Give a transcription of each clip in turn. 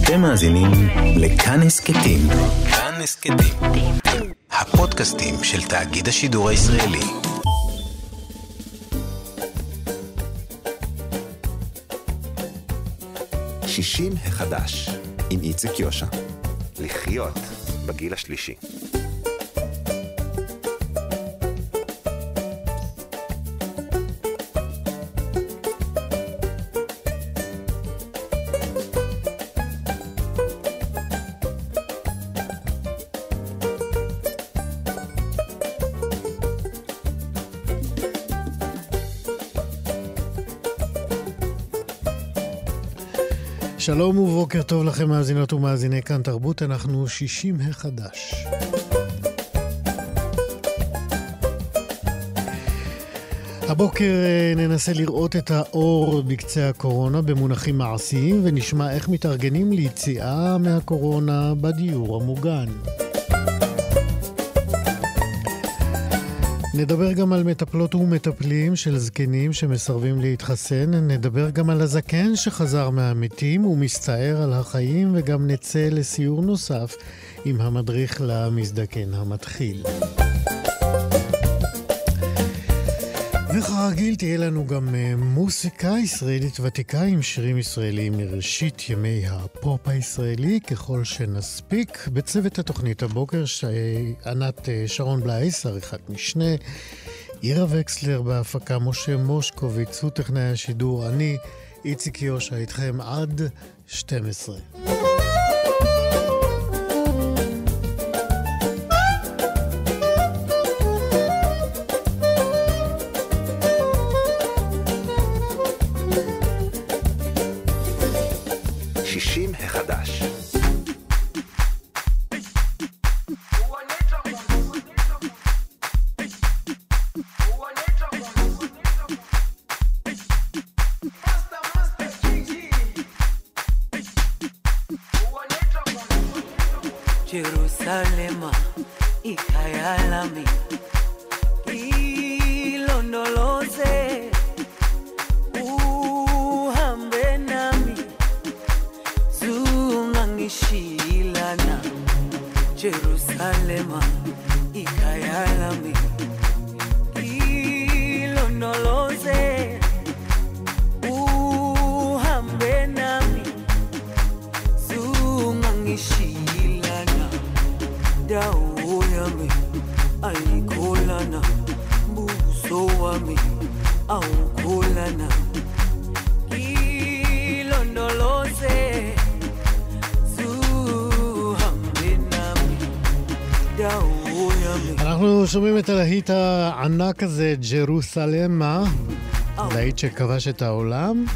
אתם מאזינים לכאן הסכתים. כאן הסכתים, הפודקאסטים של תאגיד השידור הישראלי. שישים החדש עם איציק יושע. לחיות בגיל השלישי. שלום ובוקר טוב לכם מאזינות ומאזיני כאן תרבות, אנחנו 60 החדש. הבוקר ננסה לראות את האור בקצה הקורונה במונחים מעשיים ונשמע איך מתארגנים ליציאה מהקורונה בדיור המוגן. נדבר גם על מטפלות ומטפלים של זקנים שמסרבים להתחסן, נדבר גם על הזקן שחזר מהמתים ומסתער על החיים, וגם נצא לסיור נוסף עם המדריך למזדקן המתחיל. וכרגיל תהיה לנו גם מוסיקה ישראלית ותיקה עם שירים ישראליים מראשית ימי הפופ הישראלי ככל שנספיק. בצוות התוכנית הבוקר ענת שרון בלייס, עריכת משנה, עירה וקסלר בהפקה, משה מושקוביץ הוא טכנאי השידור, אני איציק יושע איתכם עד 12. Jerusalema ikayalami ilondoloze uhambe nami zungangishilana Jerusalema ikayalami ilondoloze uhambe nami zungangishilana dawo yami ayikholana buso wami awukholana ilondoloze zuhambe nami dawo yami. אנחנו שומעים את הלהיט הענק הזה, ג'רוסלמה, להיט שכבש את העולם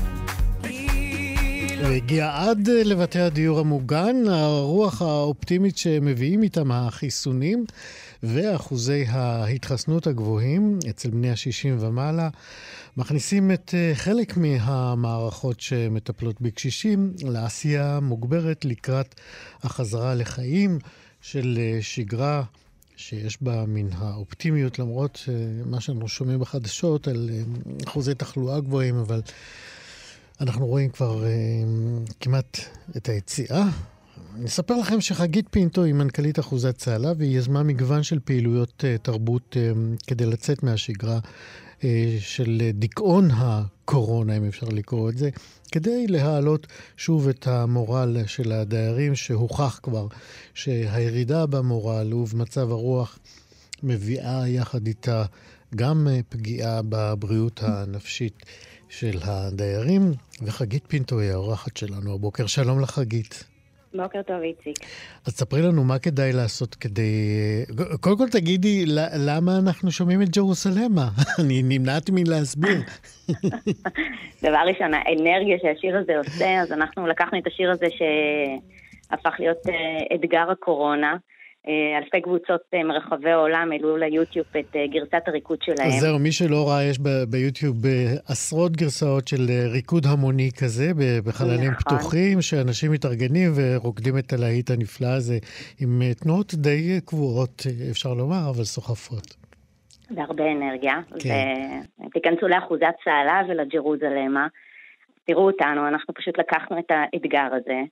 והגיע עד לבתי הדיור המוגן. הרוח האופטימית שמביאים איתם החיסונים ואחוזי ההתחסנות הגבוהים אצל בני ה-60 ומעלה מכניסים את חלק מהמערכות שמטפלות בקשישים לעשייה מוגברת לקראת החזרה לחיים של שגרה שיש בה מן האופטימיות, למרות מה שאנחנו שומעים בחדשות על אחוזי תחלואה גבוהים, אבל אנחנו רואים כבר כמעט את היציאה. נספר לכם שחגית פינטו היא מנכ"לית אחוזת צהלה, והיא יזמה מגוון של פעילויות תרבות כדי לצאת מהשגרה של דיכאון הקורונה, אם אפשר לקרוא את זה, כדי להעלות שוב את המורל של הדיירים, שהוכח כבר שהירידה במורל ובמצב הרוח מביאה יחד איתה גם פגיעה בבריאות הנפשית של הדיירים. וחגית פינטו היא האורחת שלנו הבוקר. שלום לחגית. בוקר טוב איציק. אז תספרי לנו מה כדאי לעשות כדי... קודם כל תגידי למה אנחנו שומעים את ג'רוסלמה. אני נמנעתי מלהסביר. דבר ראשון, האנרגיה שהשיר הזה עושה, אז אנחנו לקחנו את השיר הזה שהפך להיות אתגר הקורונה. אלפי קבוצות מרחבי העולם העלו ליוטיוב את גרסת הריקוד שלהם. אז זהו, מי שלא ראה, יש ביוטיוב עשרות גרסאות של ריקוד המוני כזה, בחללים פתוחים, שאנשים מתארגנים ורוקדים את הלהיט הנפלא הזה, עם תנועות די קבועות, אפשר לומר, אבל סוחפות. בהרבה אנרגיה. תיכנסו לאחוזת צהלה ולג'רוזלמה, תראו אותנו, אנחנו פשוט לקחנו את האתגר הזה,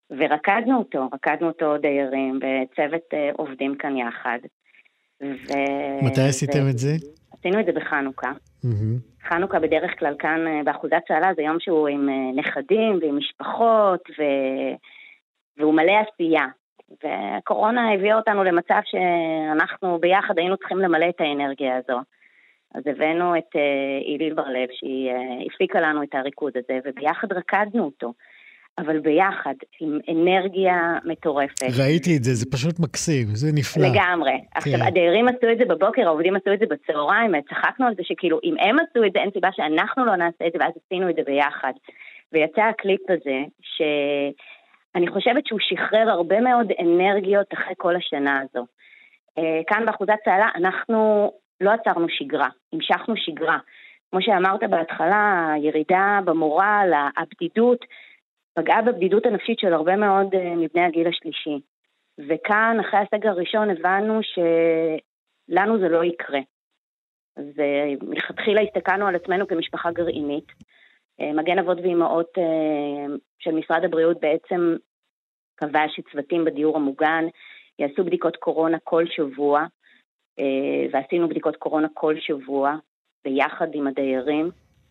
ורקדנו אותו דיירים, בצוות עובדים כאן יחד. מתי עשיתם את זה? עשינו את זה בחנוכה. חנוכה בדרך כלל כאן באחוזת צהלה, זה יום שהוא עם נכדים ועם משפחות, והוא מלא עשייה. והקורונה הביאה אותנו למצב שאנחנו ביחד היינו צריכים למלא את האנרגיה הזו. אז הבאנו את איליל בר-לב, שהיא הפיקה לנו את הריקוד הזה, וביחד רקדנו אותו. אבל ביחד, עם אנרגיה מטורפת. ראיתי את זה, זה פשוט מקסים, זה נפלא. לגמרי. עכשיו, הדיירים עשו את זה בבוקר, העובדים עשו את זה בצהריים, צחקנו על זה שכאילו, אם הם עשו את זה, אין סיבה שאנחנו לא נעשה את זה, ואז עשינו את זה ביחד. ויצא הקליפ הזה, שאני חושבת שהוא שחרר הרבה מאוד אנרגיות אחרי כל השנה הזו. כאן באחוזת צהלה, אנחנו לא עצרנו שגרה, המשכנו שגרה. כמו שאמרת בהתחלה, הירידה במורל, הבדידות, פגעה בבדידות הנפשית של הרבה מאוד מבני הגיל השלישי. וכאן, אחרי הסגר הראשון, הבנו שלנו זה לא יקרה. אז מלכתחילה הסתכלנו על עצמנו כמשפחה גרעינית. מגן אבות ואימהות של משרד הבריאות בעצם קבע שצוותים בדיור המוגן יעשו בדיקות קורונה כל שבוע, ועשינו בדיקות קורונה כל שבוע, ביחד עם הדיירים.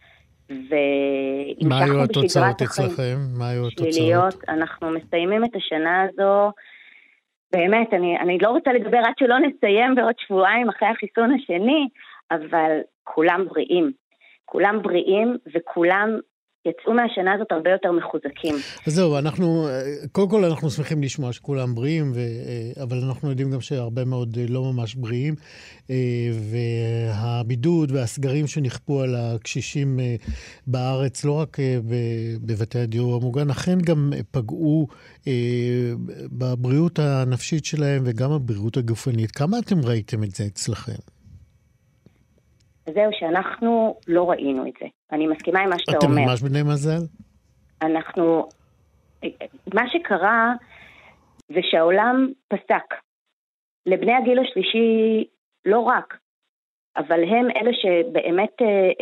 מה היו התוצאות אצלכם? מה היו התוצאות? אנחנו מסיימים את השנה הזו, באמת, אני לא רוצה לדבר עד שלא נסיים בעוד שבועיים אחרי החיסון השני, אבל כולם בריאים וכולם יצאו מהשנה הזאת הרבה יותר מחוזקים. אז זהו, קודם כל אנחנו שמחים לשמוע שכולם בריאים, אבל אנחנו יודעים גם שהרבה מאוד לא ממש בריאים, והבידוד והסגרים שנכפו על הקשישים בארץ, לא רק בבתי הדיור המוגן, אכן גם פגעו בבריאות הנפשית שלהם וגם בבריאות הגופנית. כמה אתם ראיתם את זה אצלכם? זהו, שאנחנו לא ראינו את זה. אני מסכימה עם מה שאתה אומר. אתם ממש בני מזל? מה שקרה זה שהעולם פסק. לבני הגיל השלישי לא רק, אבל הם אלה שבאמת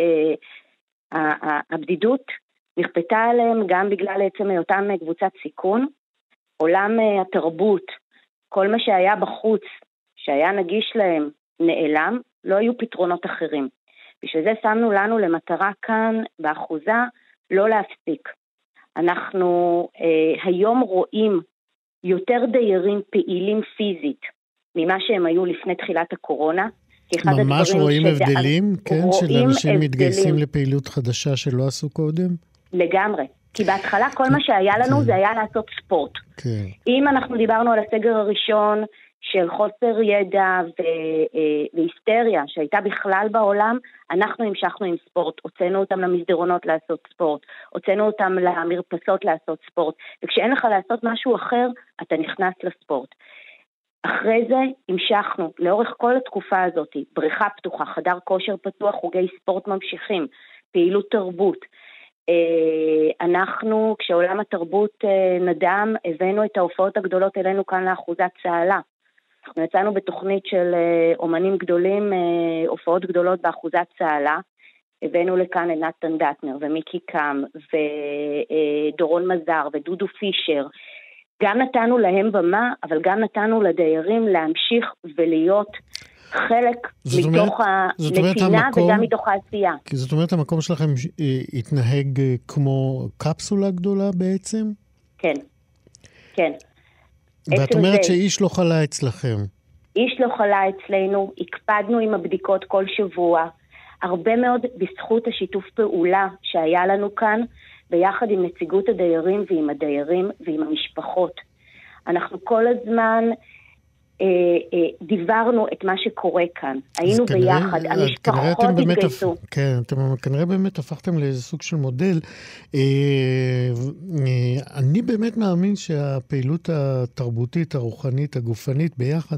הבדידות נכפתה עליהם גם בגלל עצם היותם קבוצת סיכון. עולם התרבות, כל מה שהיה בחוץ, שהיה נגיש להם, נעלם, לא היו פתרונות אחרים. בשביל זה שמנו לנו למטרה כאן באחוזה לא להפסיק. אנחנו היום רואים יותר דיירים פעילים פיזית ממה שהם היו לפני תחילת הקורונה. ממש רואים הבדלים, כן? של אנשים מתגייסים לפעילות חדשה שלא עשו קודם? לגמרי. כי בהתחלה כל מה שהיה לנו זה היה לעשות ספורט. אם אנחנו דיברנו על הסגר הראשון, של חוסר ידע והיסטריה שהייתה בכלל בעולם, אנחנו המשכנו עם ספורט, הוצאנו אותם למסדרונות לעשות ספורט, הוצאנו אותם למרפסות לעשות ספורט, וכשאין לך לעשות משהו אחר, אתה נכנס לספורט. אחרי זה המשכנו, לאורך כל התקופה הזאת, בריכה פתוחה, חדר כושר פתוח, חוגי ספורט ממשיכים, פעילות תרבות. אנחנו, כשעולם התרבות נדם, הבאנו את ההופעות הגדולות אלינו כאן לאחוזת צהלה. אנחנו יצאנו בתוכנית של אומנים גדולים, הופעות גדולות באחוזת צהלה, הבאנו לכאן את נתן דטנר ומיקי קם ודורון מזר ודודו פישר, גם נתנו להם במה, אבל גם נתנו לדיירים להמשיך ולהיות חלק מתוך הנתינה וגם מתוך העשייה. כי זאת אומרת, המקום שלכם התנהג כמו קפסולה גדולה בעצם? כן, כן. ואת אומרת שאיש לא חלה אצלכם. איש לא חלה אצלנו, הקפדנו עם הבדיקות כל שבוע, הרבה מאוד בזכות השיתוף פעולה שהיה לנו כאן, ביחד עם נציגות הדיירים ועם הדיירים ועם המשפחות. אנחנו כל הזמן דיברנו את מה שקורה כאן. היינו ביחד, המשפחות התגייסו. כן, אתם כנראה באמת הפכתם לאיזה סוג של מודל. אני באמת מאמין שהפעילות התרבותית, הרוחנית, הגופנית ביחד,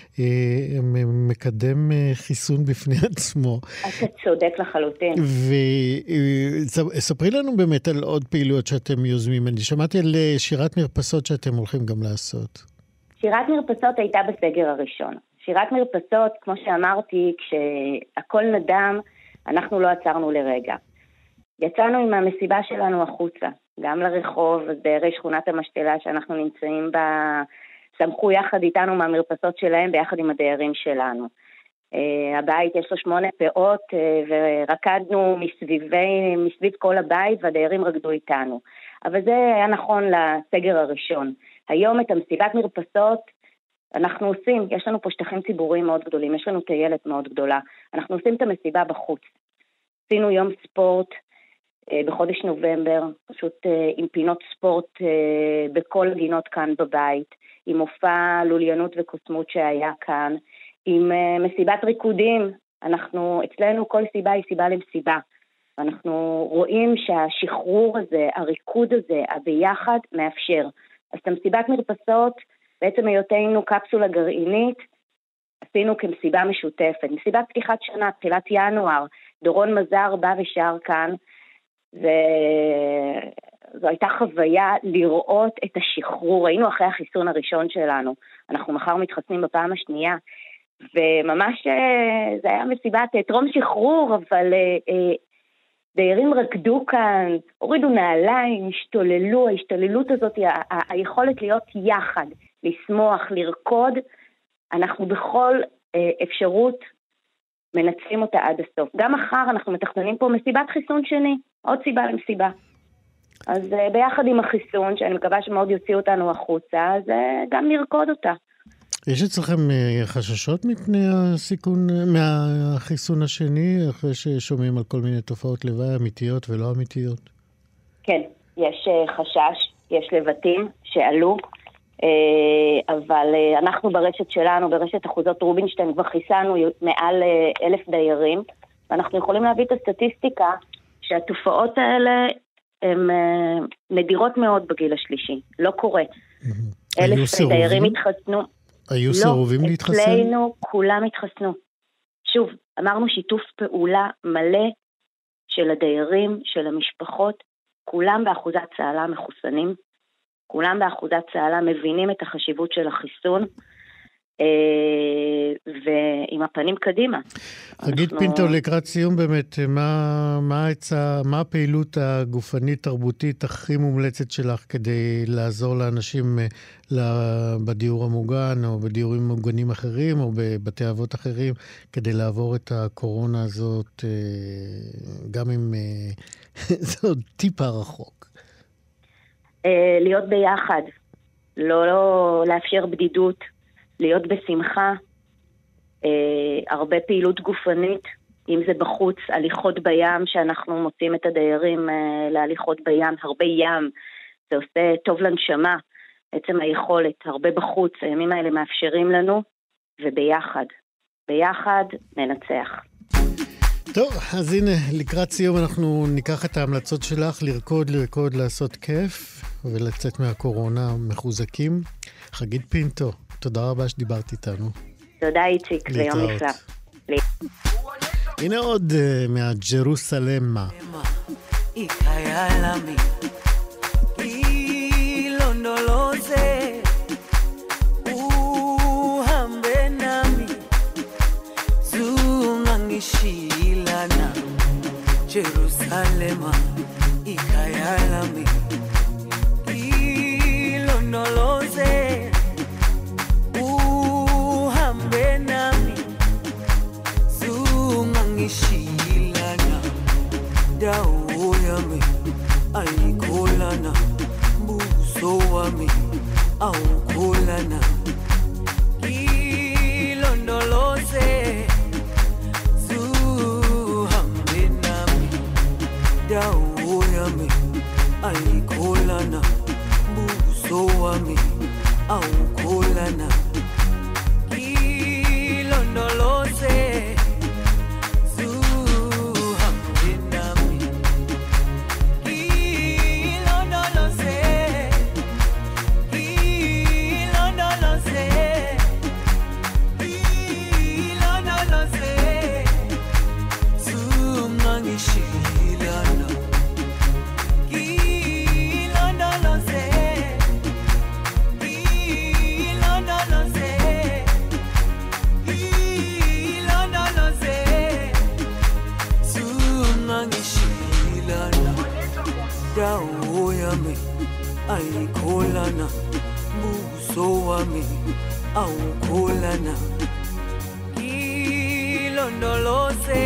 מקדם חיסון בפני עצמו. אתה צודק לחלוטין. וספרי לנו באמת על עוד פעילויות שאתם יוזמים. אני שמעתי על שירת מרפסות שאתם הולכים גם לעשות. שירת מרפסות הייתה בסגר הראשון. שירת מרפסות, כמו שאמרתי, כשהכל נדם, אנחנו לא עצרנו לרגע. יצאנו עם המסיבה שלנו החוצה. גם לרחוב, אז דיירי שכונת המשתלה שאנחנו נמצאים בה, סמכו יחד איתנו מהמרפסות שלהם ביחד עם הדיירים שלנו. הבית יש לו 8 פאות, ורקדנו מסביב כל הבית, והדיירים רקדו איתנו. אבל זה היה נכון לסגר הראשון. היום את המסיבת מרפסות אנחנו עושים, יש לנו פה שטחים ציבוריים מאוד גדולים, יש לנו טיילת מאוד גדולה, אנחנו עושים את המסיבה בחוץ. עשינו יום ספורט בחודש נובמבר, פשוט עם פינות ספורט בכל הגינות כאן בבית, עם מופע לוליינות וקוסמות שהיה כאן, עם מסיבת ריקודים. אצלנו כל סיבה היא סיבה למסיבה. אנחנו רואים שהשחרור הזה, הריקוד הזה, הביחד מאפשר. אז את המסיבת מרפסות, בעצם היותנו קפסולה גרעינית, עשינו כמסיבה משותפת. מסיבת פתיחת שנה, תחילת ינואר, דורון מזר בא ושר כאן, זו הייתה חוויה לראות את השחרור. היינו אחרי החיסון הראשון שלנו, אנחנו מחר מתחסנים בפעם השנייה, וממש זה היה מסיבת טרום שחרור, אבל דיירים רקדו כאן, הורידו נעליים, השתוללו. ההשתוללות הזאת, היכולת להיות יחד, לשמוח, לרקוד, אנחנו בכל אפשרות מנצלים אותה עד הסוף. גם מחר אנחנו מתכננים פה מסיבת חיסון שני, עוד סיבה למסיבה. אז ביחד עם החיסון, שאני מקווה שמאוד יוציאו אותנו החוצה, אז גם נרקוד אותה. יש אצלכם חששות מפני הסיכון, מהחיסון השני, אחרי ששומעים על כל מיני תופעות לוואי אמיתיות ולא אמיתיות? כן, יש חשש, יש לבטים שעלו, אבל אנחנו ברשת שלנו, ברשת אחוזות רובינשטיין, כבר חיסנו מעל 1,000 דיירים, ואנחנו יכולים להביא את הסטטיסטיקה שהתופעות האלה הן נדירות מאוד בגיל השלישי, לא קורה. 1,000 דיירים התחסנו. היו סירובים להתחסן? לא, אצלנו כולם התחסנו. שוב, אמרנו שיתוף פעולה מלא של הדיירים, של המשפחות, כולם באחוזת צהלה מחוסנים, כולם באחוזת צהלה מבינים את החשיבות של החיסון, ועם הפנים קדימה. תגיד פינטו, לקראת סיום באמת, מה הפעילות הגופנית תרבותית הכי מומלצת שלך כדי לעזור לאנשים בדיור המוגן או בדיורים מוגנים אחרים או בבתי אבות אחרים כדי לעבור את הקורונה הזאת, גם אם זה עוד טיפה רחוק? להיות ביחד, לא לאפשר בדידות, להיות בשמחה, הרבה פעילות גופנית, אם זה בחוץ, הליכות בים, שאנחנו מוצאים את הדיירים להליכות בים, הרבה ים, זה עושה טוב לנשמה, בעצם היכולת, הרבה בחוץ, הימים האלה מאפשרים לנו, ביחד ננצח. טוב, אז הנה, לקראת סיום אנחנו ניקח את ההמלצות שלך, לרקוד, לעשות כיף, ולצאת מהקורונה מחוזקים. חגית פינטו, תודה רבה שדיברת איתנו. תודה איציק, זה יום נפלא. הנה עוד מהג'רוסלמה. Jerusalema ikayalami ilonoloze uhambe nami zungangishilana dawo yami ayikholana buso wami awukholana ilondoloze dawo yami ayikholana buso wami awukholana ilondoloze zuhambe nami ilondoloze ayikholana buso wami awukholana ilondoloze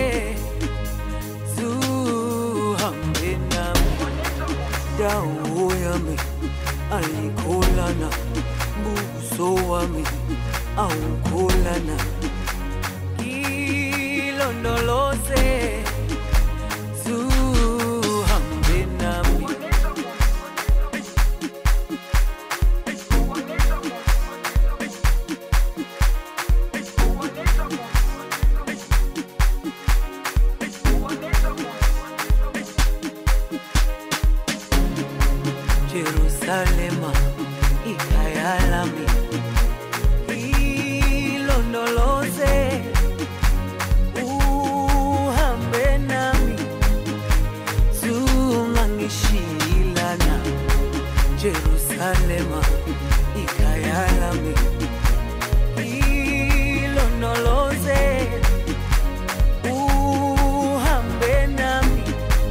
zuhambe nami dawo yami ayikholana buso wami awukholana ilondoloze zuhambe nami Jerusalema ikhaya lami ilondoloze uhambe nami zungangishilana Jerusalema ikhaya lami ilondoloze uhambe nami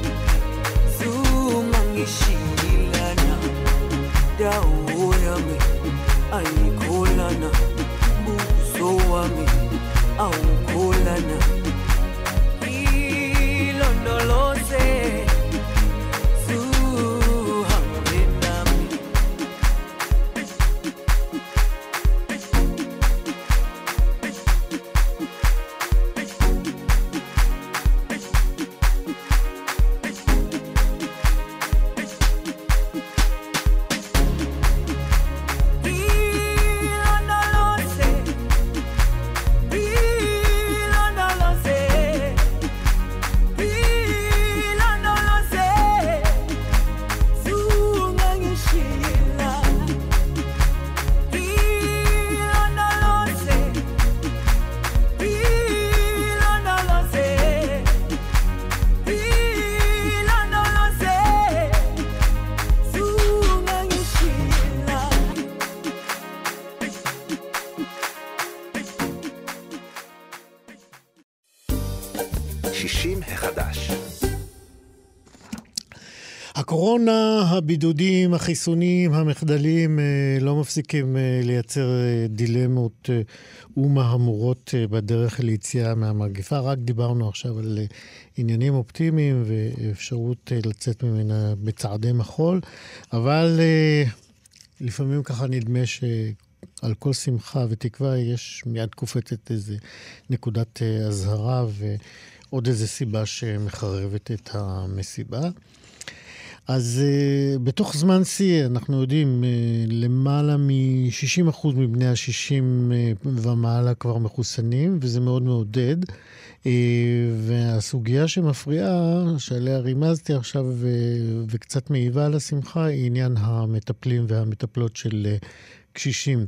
zungangishilana dawo yami ayikholana buso wami awukholana ilondoloze zuhambe nami הקורונה, הבידודים, החיסונים, המחדלים לא מפסיקים לייצר דילמות ומהמורות בדרך ליציאה מהמגפה. רק דיברנו עכשיו על עניינים אופטימיים ואפשרות לצאת ממנה בצעדי מחול, אבל לפעמים ככה נדמה שעל כל שמחה ותקווה יש מיד קופצת איזה נקודת הזהרה ועוד איזה סיבה שמחרבת את המסיבה. אז בתוך זמן שיא, אנחנו יודעים, למעלה מ-60% מבני ה-60 ומעלה כבר מחוסנים, וזה מאוד מעודד. והסוגיה שמפריעה, שעליה רימזתי עכשיו וקצת מעיבה על השמחה, היא עניין המטפלים והמטפלות של קשישים,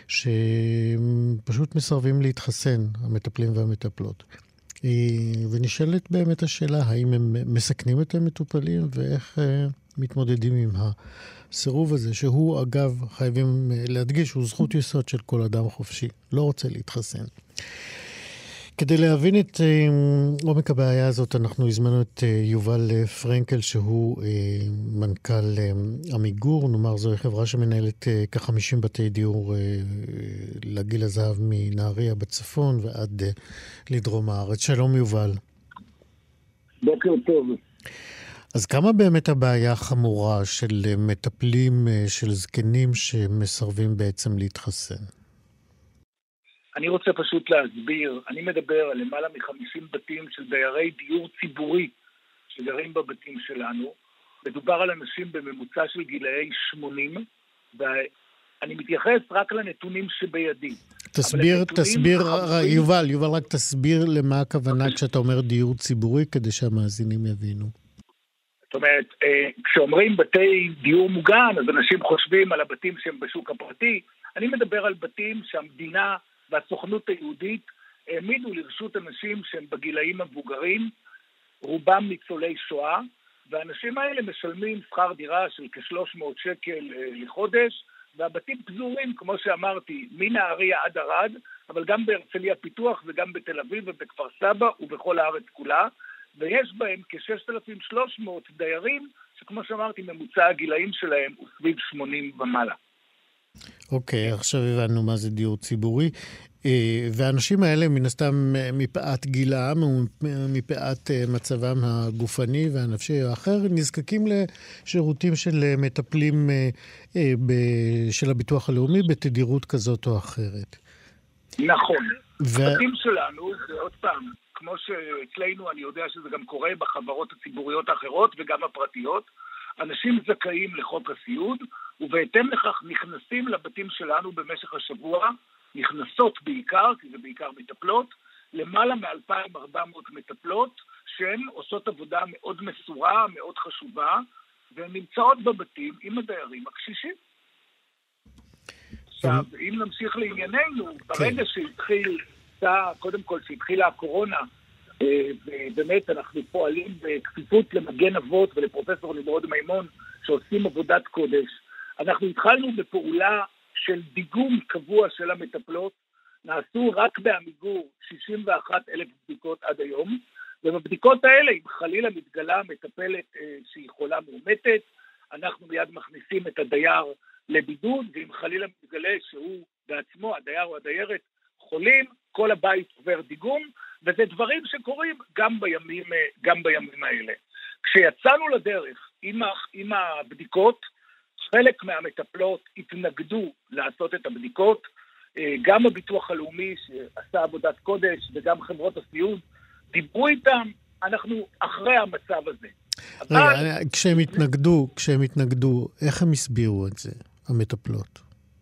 שפשוט מסרבים להתחסן, המטפלים והמטפלות. ונשאלת באמת השאלה, האם הם מסכנים את המטופלים ואיך מתמודדים עם הסירוב הזה, שהוא אגב, חייבים להדגיש, הוא זכות יסוד של כל אדם חופשי, לא רוצה להתחסן. כדי להבין את עומק הבעיה הזאת, אנחנו הזמנו את יובל פרנקל, שהוא מנכ"ל עמיגור, נאמר זוהי חברה שמנהלת כ-50 בתי דיור לגיל הזהב מנהריה בצפון ועד לדרום הארץ. שלום יובל. בוקר טוב. אז כמה באמת הבעיה חמורה של מטפלים, של זקנים שמסרבים בעצם להתחסן? אני רוצה פשוט להסביר, אני מדבר על למעלה מ-50 בתים של דיירי דיור ציבורי שגרים בבתים שלנו. מדובר על אנשים בממוצע של גילאי 80, ואני מתייחס רק לנתונים שבידי. תסביר, יובל, רק תסביר למה הכוונה כשאתה אומר דיור ציבורי, כדי שהמאזינים יבינו. זאת אומרת, כשאומרים בתי דיור מוגן, אז אנשים חושבים על הבתים שהם בשוק הפרטי. אני מדבר על בתים שהמדינה והסוכנות היהודית העמידו לרשות אנשים שהם בגילאים המבוגרים, רובם ניצולי שואה, והאנשים האלה משלמים שכר דירה של כ-300 שקל לחודש, והבתים פזורים, כמו שאמרתי, מנהריה עד ערד, אבל גם בהרצליה פיתוח וגם בתל אביב ובכפר סבא ובכל הארץ כולה, ויש בהם כ-6,300 דיירים שכמו שאמרתי, ממוצע הגילאים שלהם הוא סביב 80 ומעלה. אוקיי, עכשיו הבנו מה זה דיור ציבורי. והאנשים האלה, מן הסתם, מפאת גילם ומפאת מצבם הגופני והנפשי האחר, נזקקים לשירותים של מטפלים של הביטוח הלאומי בתדירות כזאת או אחרת. נכון. הבתים שלנו, זה עוד פעם, כמו שאצלנו אני יודע שזה גם קורה בחברות הציבוריות האחרות וגם הפרטיות, אנשים זכאים לחוק הסיעוד, ובהתאם לכך נכנסים לבתים שלנו במשך השבוע, נכנסות בעיקר, כי זה בעיקר מטפלות, למעלה מ-2,400 מטפלות, שהן עושות עבודה מאוד מסורה, מאוד חשובה, והן נמצאות בבתים עם הדיירים הקשישים. עכשיו, אם נמשיך לענייננו, ברגע קודם כל שהתחילה הקורונה, ובאמת אנחנו פועלים בכפיפות למגן אבות ולפרופסור נמרוד מימון, שעושים עבודת קודש, אנחנו התחלנו בפעולה של דיגום קבוע של המטפלות, נעשו רק בעמיגור 61,000 בדיקות עד היום, ובבדיקות האלה, אם חלילה מתגלה מטפלת שהיא חולה מאומתת, אנחנו מיד מכניסים את הדייר לבידוד, ואם חלילה מתגלה שהוא בעצמו, הדייר או הדיירת, חולים, כל הבית עובר דיגום, וזה דברים שקורים גם בימים האלה. כשיצאנו לדרך עם הבדיקות, חלק מהמטפלות התנגדו לעשות את הבדיקות, גם הביטוח הלאומי שעשה עבודת קודש וגם חברות הסיעוד דיברו איתם, אנחנו אחרי המצב הזה. רגע, כשהם התנגדו, איך הם הסבירו את זה, המטפלות?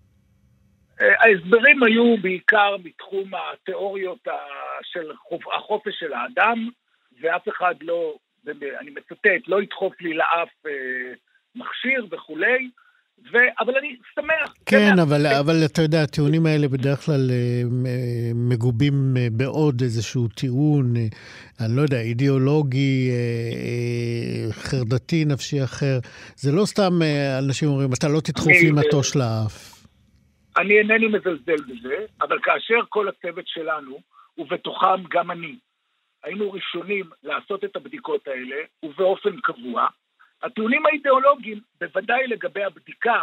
ההסברים היו בעיקר בתחום התיאוריות של החופש של האדם, ואף אחד לא, אני מצטט, לא ידחוף לי לאף מכשיר וכולי, אבל אני שמח. כן, אבל אתה יודע, הטיעונים האלה בדרך כלל מגובים בעוד איזשהו טיעון, אני לא יודע, אידיאולוגי, חרדתי, נפשי אחר. זה לא סתם אנשים אומרים, אתה לא תדחוף לי מטוש לאף. אני אינני מזלזל בזה, אבל כאשר כל הצוות שלנו, ובתוכם גם אני, היינו ראשונים לעשות את הבדיקות האלה, ובאופן קבוע, הטיעונים האידיאולוגיים, בוודאי לגבי הבדיקה,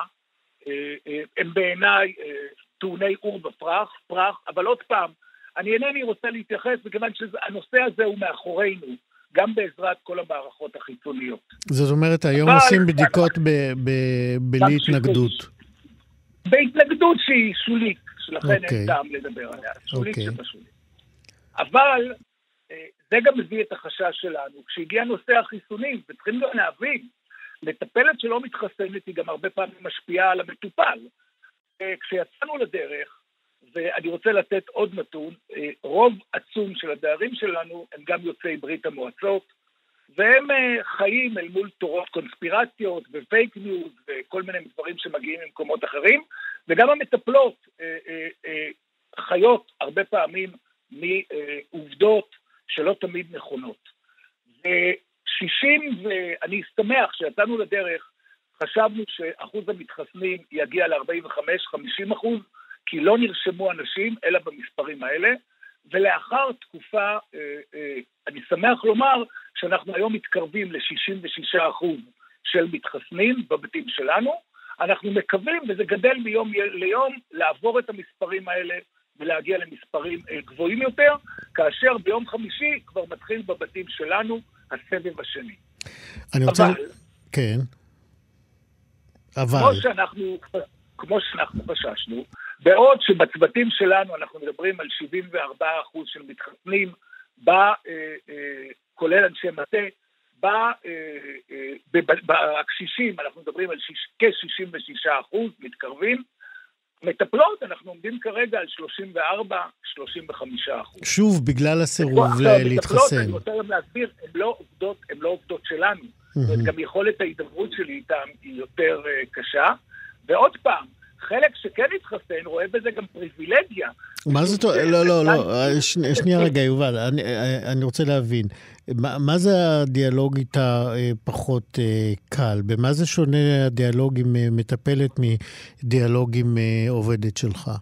הם בעיניי טעוני אור בפרח, אבל עוד פעם, אני אינני רוצה להתייחס, מכיוון שהנושא הזה הוא מאחורינו, גם בעזרת כל המערכות החיצוניות. זאת אומרת, היום עושים בדיקות בלי התנגדות. בהתנגדות שהיא שולית, שלכן אין טעם לדבר עליה, שולית שבשולית. אבל זה גם מביא את החשש שלנו. כשהגיע נושא החיסונים, וצריכים גם להבין, מטפלת שלא מתחסנת היא גם הרבה פעמים משפיעה על המטופל. כשיצאנו לדרך, ואני רוצה לתת עוד נתון, רוב עצום של הדיירים שלנו הם גם יוצאי ברית המועצות, והם חיים אל מול תורות קונספירציות ופייק ניוז וכל מיני דברים שמגיעים ממקומות אחרים, וגם המטפלות חיות הרבה פעמים מעובדות שלא תמיד נכונות. ואני אשמח שיצאנו לדרך, חשבנו שאחוז המתחסנים יגיע ל-45-50%, כי לא נרשמו אנשים אלא במספרים האלה, ולאחר תקופה, אני שמח לומר שאנחנו היום מתקרבים ל-66% של מתחסנים בבתים שלנו, אנחנו מקווים, וזה גדל מיום ליום, לעבור את המספרים האלה ולהגיע למספרים גבוהים יותר, כאשר ביום חמישי כבר מתחיל בבתים שלנו הסבב השני. אני רוצה... כן. אבל... כמו שאנחנו חששנו, בעוד שבצוותים שלנו אנחנו מדברים על 74% של מתחסנים, כולל אנשי מטה, בקשישים אנחנו מדברים על כ-66% מתקרבים, מטפלות אנחנו עומדים כרגע על 34-35%. שוב, בגלל הסירוב להתחסן. אני רוצה גם להסביר, הן לא עובדות שלנו. זאת אומרת, גם יכולת ההידברות שלי איתם היא יותר קשה. ועוד פעם, חלק שכן התחסן רואה בזה גם פריבילגיה. מה זאת? לא, שנייה רגע, יובל, אני רוצה להבין. מה זה הדיאלוג איתה פחות קל? במה זה שונה הדיאלוג עם מטפלת מדיאלוג עם עובדת שלך?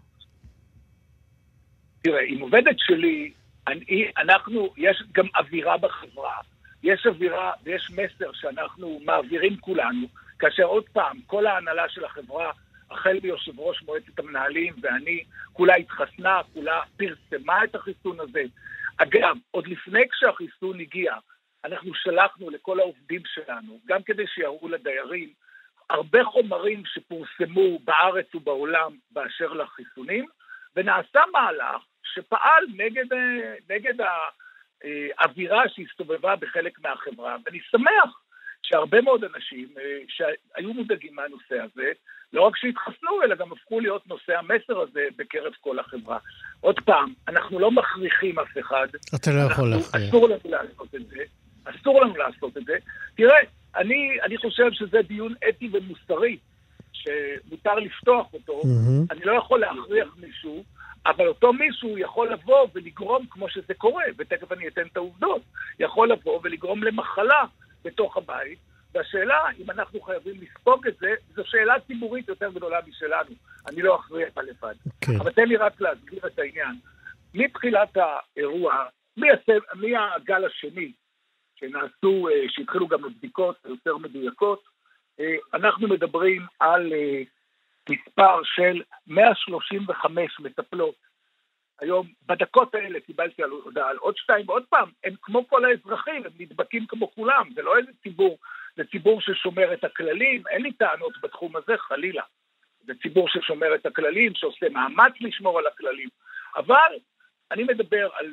תראה, עם עובדת שלי, יש גם אווירה בחברה, יש אווירה ויש מסר שאנחנו מעבירים כולנו, כאשר עוד פעם, כל ההנהלה של החברה, החל ביושב ראש מועצת המנהלים ואני, כולה התחסנה, כולה פרסמה את החיסון הזה. אגב, עוד לפני כשהחיסון הגיע, אנחנו שלחנו לכל העובדים שלנו, גם כדי שיראו לדיירים, הרבה חומרים שפורסמו בארץ ובעולם באשר לחיסונים, ונעשה מהלך שפעל נגד האווירה שהסתובבה בחלק מהחברה, ואני שמח שהרבה מאוד אנשים שהיו מודאגים מהנושא הזה, לא רק שהתחסנו, אלא גם הפכו להיות נושא המסר הזה בקרב כל החברה. עוד פעם, אנחנו לא מכריחים אף אחד. אתה לא יכול להכריח. אסור לנו לעשות את זה. אסור לנו לעשות את זה. תראה, אני חושב שזה דיון אתי ומוסרי, שמותר לפתוח אותו. אני לא יכול להכריח מישהו, אבל אותו מישהו יכול לבוא ולגרום כמו שזה קורה, ותכף אני אתן את העובדות, יכול לבוא ולגרום למחלה בתוך הבית, והשאלה, אם אנחנו חייבים לספוג את זה, זו שאלה ציבורית יותר גדולה משלנו. אני לא אכריח לבד. אבל תן לי רק להסביר את העניין. מתחילת האירוע, מהגל השני, שהתחילו גם בבדיקות יותר מדויקות, אנחנו מדברים על מספר של 135 מטפלות. היום, בדקות האלה קיבלתי על הודעה על עוד 2, ועוד פעם, הם כמו כל האזרחים, הם נדבקים כמו כולם, זה לא איזה ציבור, זה ציבור ששומר את הכללים, אין לי טענות בתחום הזה, חלילה. זה ציבור ששומר את הכללים, שעושה מאמץ לשמור על הכללים. אבל אני מדבר על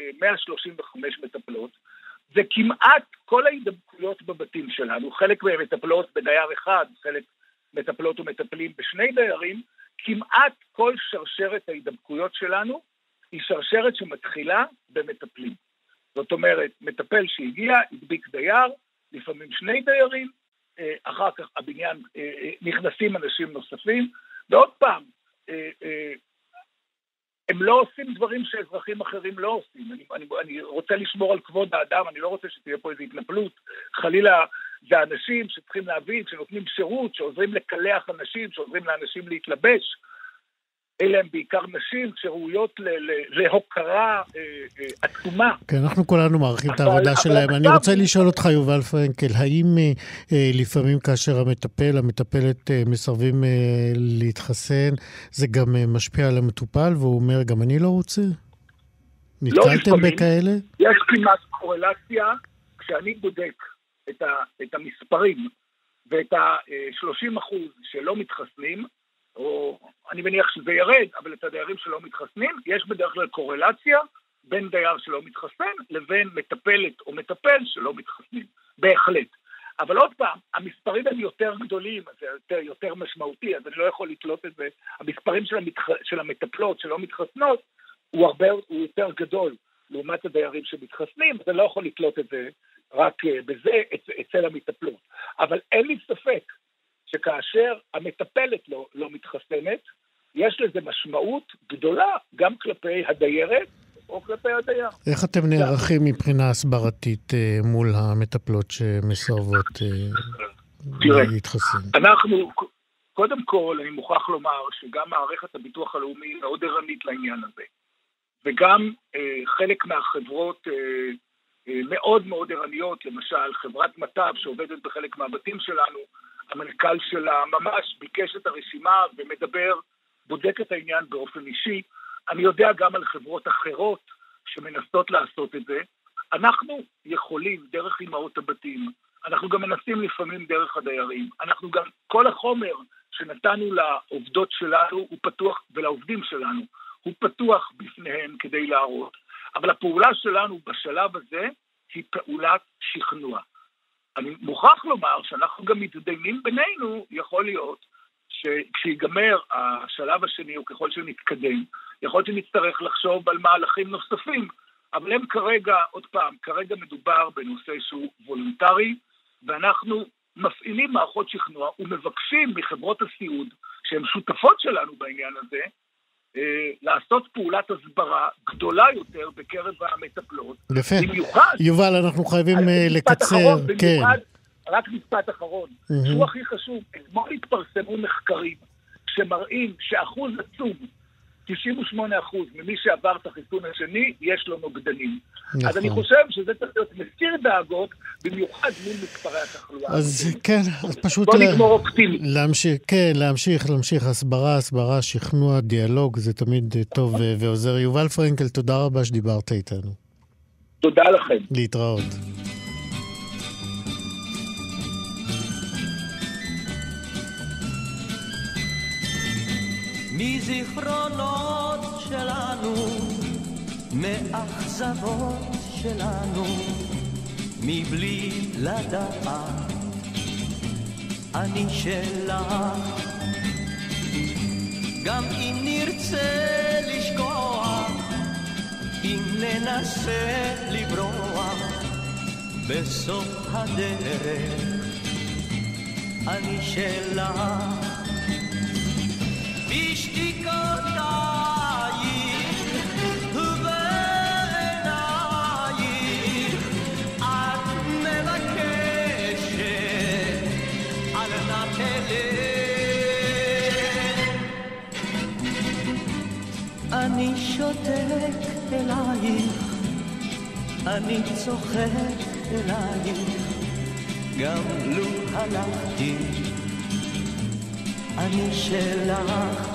135 מטפלות, זה כמעט כל ההידבקויות בבתים שלנו, חלק מהם מטפלות בדייר אחד, חלק מטפלות ומטפלים בשני דיירים, כמעט כל שרשרת ההידבקויות שלנו היא שרשרת שמתחילה במטפלים. זאת אומרת, מטפל שהגיע, הדביק דייר, לפעמים שני דיירים, אחר כך הבניין נכנסים אנשים נוספים, ועוד פעם, הם לא עושים דברים שאזרחים אחרים לא עושים. אני רוצה לשמור על כבוד האדם, אני לא רוצה שתהיה פה איזו התנפלות. חלילה, זה אנשים שצריכים להבין, שנותנים שירות, שעוזרים לקלח אנשים, שעוזרים לאנשים להתלבש. אלה הם בעיקר נשים שראויות להוקרה עצומה. כן, אנחנו כולנו מעריכים את העבודה שלהם. אני רוצה לשאול אותך, יובל פרנקל, האם לפעמים כאשר המטפלת מסרבים להתחסן, זה גם משפיע על המטופל, והוא אומר, גם אני לא רוצה? נתקלתם בכאלה? יש כמעט קורלציה, כשאני בודק את המספרים, ואת ה-30% שלא מתחסנים, או אני מניח שזה ירד, אבל את הדיירים שלא מתחסנים, יש בדרך כלל קורלציה בין דייר שלא מתחסן לבין מטפלת או מטפל שלא מתחסנים. בהחלט. אבל עוד פעם, המספרים הם יותר גדולים, זה יותר משמעותי, אז אני לא יכול לתלות את זה. המספרים של המטפלות שלא מתחסנות הוא יותר גדול לעומת הדיירים שמתחסנים, אז אני לא יכול לתלות את זה רק בזה אצל המטפלות. אבל אין לי ספק שכאשר המטפלת לא מתחסנת, יש לזה משמעות גדולה גם כלפי הדיירת או כלפי הדייר. איך אתם נערכים מבחינה הסברתית מול המטפלות שמסרבות להתחסן? אנחנו, קודם כל, אני מוכרח לומר שגם מערכת הביטוח הלאומי מאוד ערנית לעניין הזה. וגם חלק מהחברות מאוד מאוד ערניות, למשל חברת מטב שעובדת בחלק מהבתים שלנו, המנכ"ל שלה ממש ביקש את הרשימה ומדבר, בודק את העניין באופן אישי. אני יודע גם על חברות אחרות שמנסות לעשות את זה. אנחנו יכולים דרך אמהות הבתים, אנחנו גם מנסים לפעמים דרך הדיירים, אנחנו גם, כל החומר שנתנו לעובדות שלנו הוא פתוח, ולעובדים שלנו הוא פתוח בפניהם כדי להראות, אבל הפעולה שלנו בשלב הזה היא פעולת שכנוע. אני מוכרח לומר שאנחנו גם מתדיינים בינינו, יכול להיות שכשיגמר השלב השני או ככל שנתקדם, יכול להיות שנצטרך לחשוב על מהלכים נוספים, אבל הם כרגע, עוד פעם, כרגע מדובר בנושא שהוא וולונטרי, ואנחנו מפעילים מערכות שכנוע ומבקשים מחברות הסיעוד, שהן שותפות שלנו בעניין הזה, לעשות פעולת הסברה גדולה יותר בקרב המטפלות. יפה. יובל, אנחנו חייבים לקצר. כן. רק משפט אחרון. שהוא הכי חשוב. אתמול התפרסמו מחקרים שמראים שאחוז עצום, 90% 98% ממי שעבר את החיסון השני, יש לו נוגדנים. נכון. אז אני חושב שזה צריך להיות מסיר דאגות, במיוחד מול מספרי התחלואה. אז כן, אז פשוט בוא נגמור אופטימי. להמשיך, הסברה, שכנוע, דיאלוג, זה תמיד טוב ועוזר. יובל פרנקל, תודה רבה שדיברת איתנו. תודה לכם. להתראות. מזיכרונות שלנו, מאכזבות שלנו, מבלי לדעת, אני שלך. גם אם נרצה לשכוח, אם ננסה לברוח, בסוף הדרך, אני שלך. בשתיקותייך ובעינייך את מבקשת על נתלך. אני שותק אלייך, אני צוחק אלייך, גם לו הלכתי אני שלך.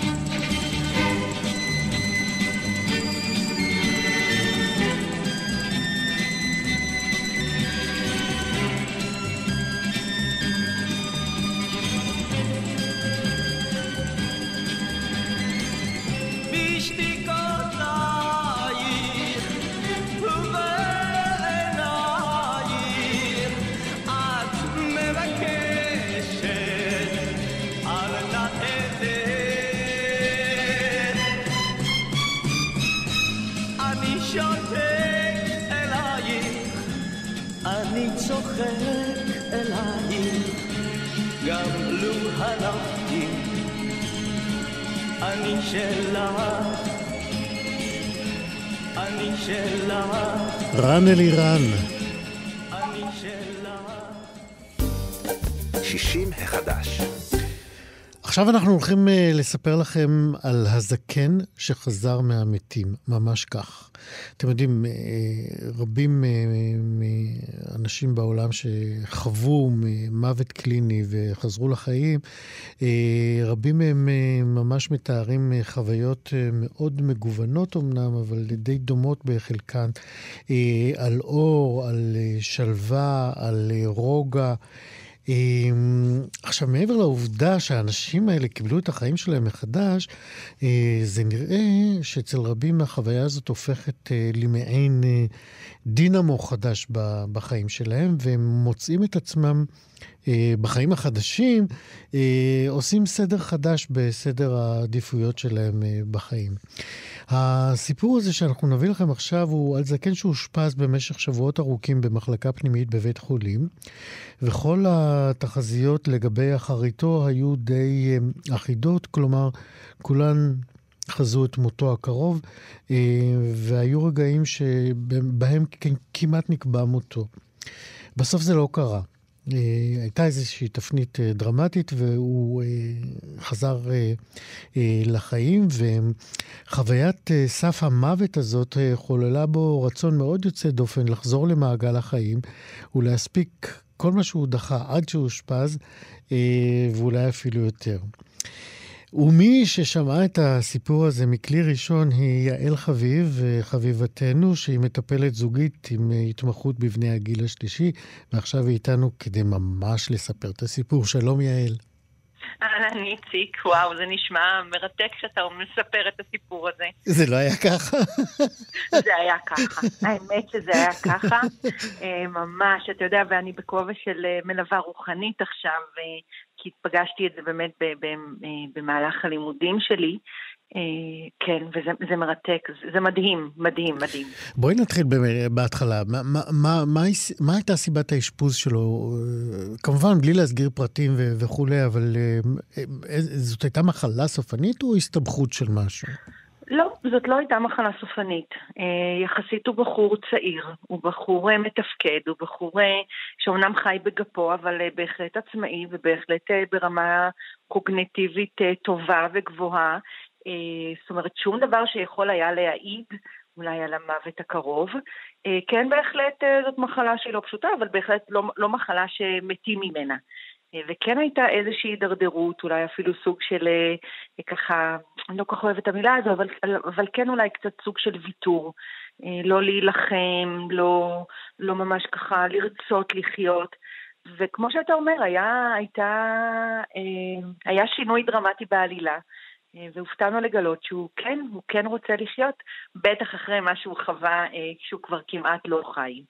אני שלך, אני שלך, רן אלירן. אני שלך. 60 החדש. עכשיו אנחנו הולכים לספר לכם על הזקן שחזר מהמתים, ממש כך. אתם יודעים, רבים מאנשים בעולם שחוו מוות קליני וחזרו לחיים, רבים מהם ממש מתארים חוויות מאוד מגוונות אמנם, אבל די דומות בחלקן, על אור, על שלווה, על רוגע. עכשיו, מעבר לעובדה שהאנשים האלה קיבלו את החיים שלהם מחדש, זה נראה שאצל רבים מהחוויה הזאת הופכת למעין דינמו חדש בחיים שלהם, והם מוצאים את עצמם בחיים החדשים, עושים סדר חדש בסדר העדיפויות שלהם בחיים. הסיפור הזה שאנחנו נביא לכם עכשיו הוא על זקן שהושפז במשך שבועות ארוכים במחלקה פנימית בבית חולים, וכל התחזיות לגבי אחריתו היו די אחידות, כלומר כולן חזו את מותו הקרוב, והיו רגעים שבהם כמעט נקבע מותו. בסוף זה לא קרה. הייתה איזושהי תפנית דרמטית והוא חזר לחיים, וחוויית סף המוות הזאת חוללה בו רצון מאוד יוצא דופן לחזור למעגל החיים ולהספיק כל מה שהוא דחה עד שהוא אושפז, ואולי אפילו יותר. ומי ששמעה את הסיפור הזה מכלי ראשון היא יעל חביב, חביבתנו, שהיא מטפלת זוגית עם התמחות בבני הגיל השלישי, ועכשיו היא איתנו כדי ממש לספר את הסיפור. שלום יעל. אהלן איציק, וואו, זה נשמע מרתק שאתה מספר את הסיפור הזה. זה לא היה ככה? זה היה ככה, האמת שזה היה ככה, ממש, אתה יודע, ואני בכובע של מלווה רוחנית עכשיו, כי פגשתי את זה באמת במהלך הלימודים שלי, כן, וזה מרתק, זה מדהים, מדהים, מדהים. בואי נתחיל בהתחלה, מה הייתה סיבת האשפוז שלו? כמובן, בלי להסגיר פרטים וכו', אבל זאת הייתה מחלה סופנית או הסתבכות של משהו? לא, זאת לא הייתה מחלה סופנית. יחסית הוא בחור צעיר, הוא בחור מתפקד, הוא בחור שאומנם חי בגפו, אבל בהחלט עצמאי ובהחלט ברמה קוגניטיבית טובה וגבוהה. זאת אומרת, שום דבר שיכול היה להעיד אולי על המוות הקרוב. כן, בהחלט זאת מחלה שהיא לא פשוטה, אבל בהחלט לא מחלה שמתים ממנה. וכן הייתה איזושהי דרדרות, אולי אפילו סוג של, ככה, אני לא כל כך אוהבת את המילה הזו, אבל כן אולי קצת סוג של ויתור. לא להילחם, לא ממש ככה לרצות לחיות. וכמו שאתה אומר, היה שינוי דרמטי בעלילה, והופתענו לגלות שהוא כן רוצה לחיות, בטח אחרי מה שהוא חווה כשהוא כבר כמעט לא חי.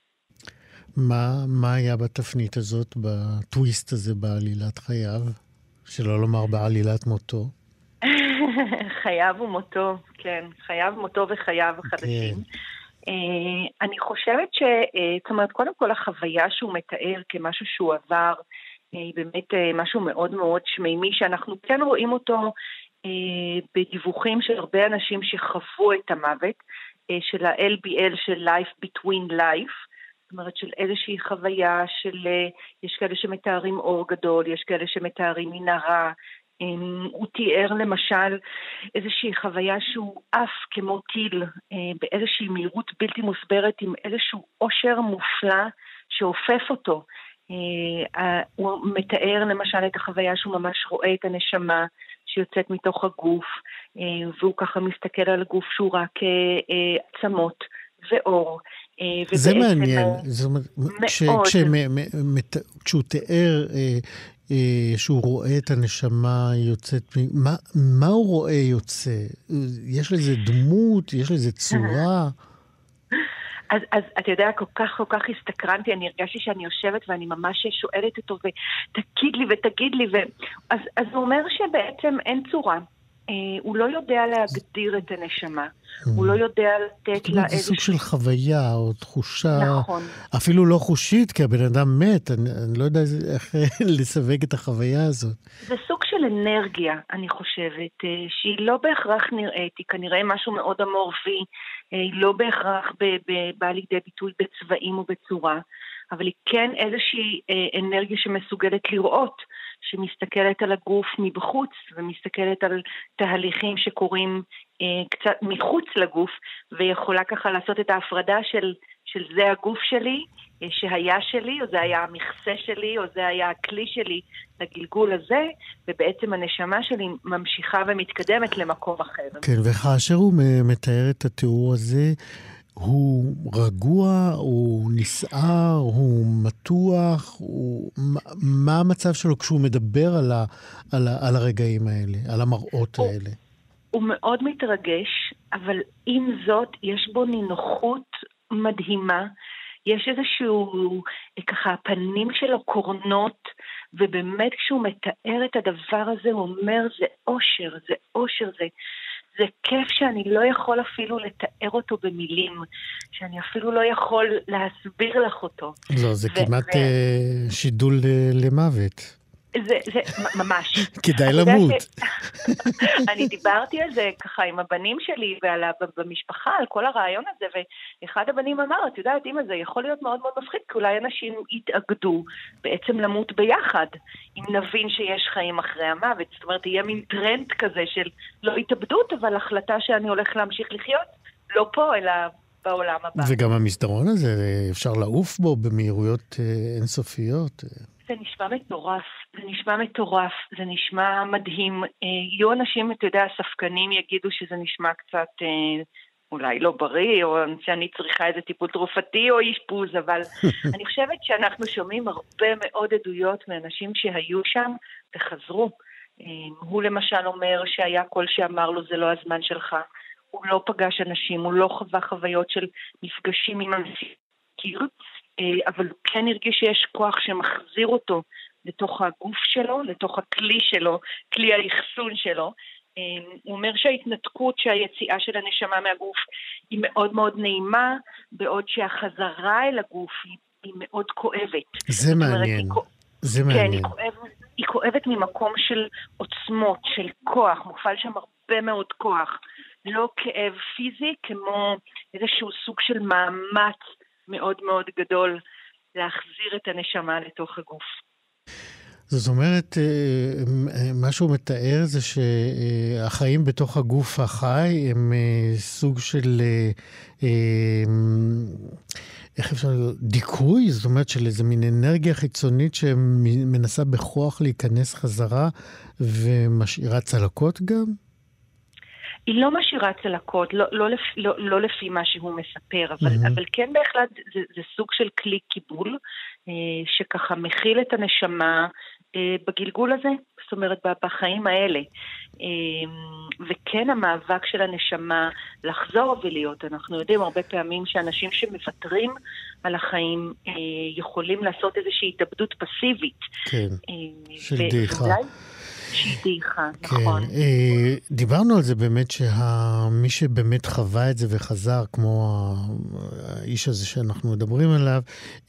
מה היה בתפנית הזאת, בטוויסט הזה בעלילת חייו? שלא לומר בעלילת מותו? חייו ומותו, כן. חייו, מותו וחייו החדשים. אני חושבת זאת אומרת, קודם כל החוויה שהוא מתאר כמשהו שהוא עבר, היא באמת משהו מאוד מאוד שמימי, שאנחנו כן רואים אותו בדיווחים של הרבה אנשים שחוו את המוות, של ה-LBL, של Life Between Life, זאת אומרת של איזושהי חוויה של, יש כאלה שמתארים אור גדול, יש כאלה שמתארים מנהרה, הוא תיאר למשל איזושהי חוויה שהוא אף כמו טיל, באיזושהי מהירות בלתי מוסברת, עם איזשהו עושר מופלא שאופף אותו. הוא מתאר למשל את החוויה שהוא ממש רואה את הנשמה שיוצאת מתוך הגוף, והוא ככה מסתכל על הגוף שהוא רק עצמות ואור. זה מעניין, כשהוא תיאר שהוא רואה את הנשמה יוצאת, מה הוא רואה יוצא? יש לזה דמות, יש לזה צורה? אז אתה יודע, כל כך הסתקרנתי, אני הרגשתי שאני יושבת ואני ממש שואלת אותו, ותגיד לי, אז הוא אומר שבעצם אין צורה. הוא לא יודע להגדיר את הנשמה, הוא לא יודע לתת לה זה סוג של חוויה או תחושה, אפילו לא חושית, כי הבן אדם מת, אני לא יודע איך לסווג את החוויה הזאת. זה סוג של אנרגיה, אני חושבת, שהיא לא בהכרח נראית, היא כנראה משהו מאוד אמורפי, היא לא בהכרח בא לידי ביטוי בצבעים או בצורה, אבל היא כן איזושהי אנרגיה שמסוגלת לראות, שמסתכלת על הגוף מבחוץ, ומסתכלת על תהליכים שקורים קצת מחוץ לגוף, ויכולה ככה לעשות את ההפרדה של זה הגוף שלי, שהיה שלי, או זה היה המכסה שלי, או זה היה הכלי שלי לגלגול הזה, ובעצם הנשמה שלי ממשיכה ומתקדמת למקום אחר. כן, וכאשר הוא מתאר את התיאור הזה, הוא רגוע, הוא נסער, הוא מתוח, מה המצב שלו כשהוא מדבר על הרגעים האלה, על המראות האלה? הוא מאוד מתרגש, אבל עם זאת יש בו נינוחות מדהימה, יש איזשהו, ככה, הפנים שלו קורנות, ובאמת כשהוא מתאר את הדבר הזה, הוא אומר, זה אושר, זה כיף שאני לא יכול אפילו לתאר אותו במילים, שאני אפילו לא יכול להסביר לך אותו. לא, זה כמעט שידול למוות. זה ממש. כדאי למות. אני דיברתי על זה ככה עם הבנים שלי במשפחה, על כל הרעיון הזה, ואחד הבנים אמר, את יודעת, אמא, זה יכול להיות מאוד מאוד מפחיד, כי אולי אנשים יתאגדו בעצם למות ביחד, אם נבין שיש חיים אחרי המוות. זאת אומרת, יהיה מין טרנד כזה של לא התאבדות, אבל החלטה שאני הולך להמשיך לחיות, לא פה, אלא בעולם הבא. וגם המסדרון הזה, אפשר לעוף בו במהירויות אינסופיות. זה נשמע מטורף, זה נשמע מדהים. יהיו אנשים, אתה יודע, הספקנים יגידו שזה נשמע קצת אולי לא בריא, או שאני צריכה איזה טיפול תרופתי או אשפוז, אבל אני חושבת שאנחנו שומעים הרבה מאוד עדויות מאנשים שהיו שם וחזרו. הוא למשל אומר שהיה כל שאמר לו זה לא הזמן שלך. הוא לא פגש אנשים, הוא לא חווה חוויות של מפגשים עם אנשים. אבל הוא כן הרגיש שיש כוח שמחזיר אותו לתוך הגוף שלו, לתוך הכלי שלו, כלי האחסון שלו. הוא אומר שההתנתקות, שהיציאה של הנשמה מהגוף היא מאוד מאוד נעימה, בעוד שהחזרה אל הגוף היא מאוד כואבת. זה מעניין. זה מעניין. כן, היא כואבת ממקום של עוצמות, של כוח, מופעל שם הרבה מאוד כוח. לא כאב פיזי, כמו איזשהו סוג של מאמץ מאוד מאוד גדול להחזיר את הנשמה לתוך הגוף. זאת אומרת, מה שהוא מתאר זה שהחיים בתוך הגוף החי הם סוג של, איך אפשר לומר, דיכוי? זאת אומרת של איזה מין אנרגיה חיצונית שמנסה בכוח להיכנס חזרה ומשאירה צלקות גם? היא לא משאירה צלקות, לא לפי מה שהוא מספר, אבל כן בהחלט זה סוג של כלי קיבול, שככה מכיל את הנשמה בגלגול הזה, זאת אומרת בחיים האלה. וכן המאבק של הנשמה לחזור ולהיות. אנחנו יודעים הרבה פעמים שאנשים שמוותרים על החיים יכולים לעשות איזושהי התאבדות פסיבית. כן, של דעיכה. דעיכה, נכון. דיברנו על זה באמת שמי שבאמת חווה את זה וחזר, כמו האיש הזה שאנחנו מדברים עליו,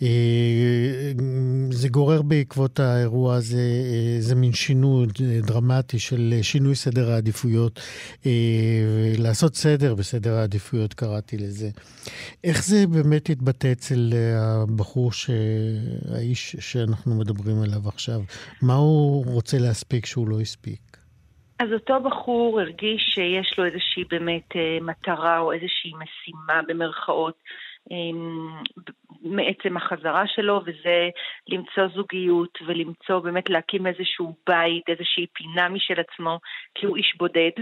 זה גורר בעקבות האירוע הזה, זה מין שינוי דרמטי של שינוי סדר העדיפויות, לעשות סדר בסדר העדיפויות קראתי לזה. איך זה באמת התבטא אצל הבחור, האיש שאנחנו מדברים עליו עכשיו? מה הוא רוצה להספיק שהוא לא הספיק? אז אותו בחור הרגיש שיש לו איזושהי באמת מטרה או איזושהי משימה במרכאות מעצם החזרה שלו, וזה למצוא זוגיות ולמצוא באמת להקים איזשהו בית, איזושהי פינה משל עצמו, כי הוא איש בודד,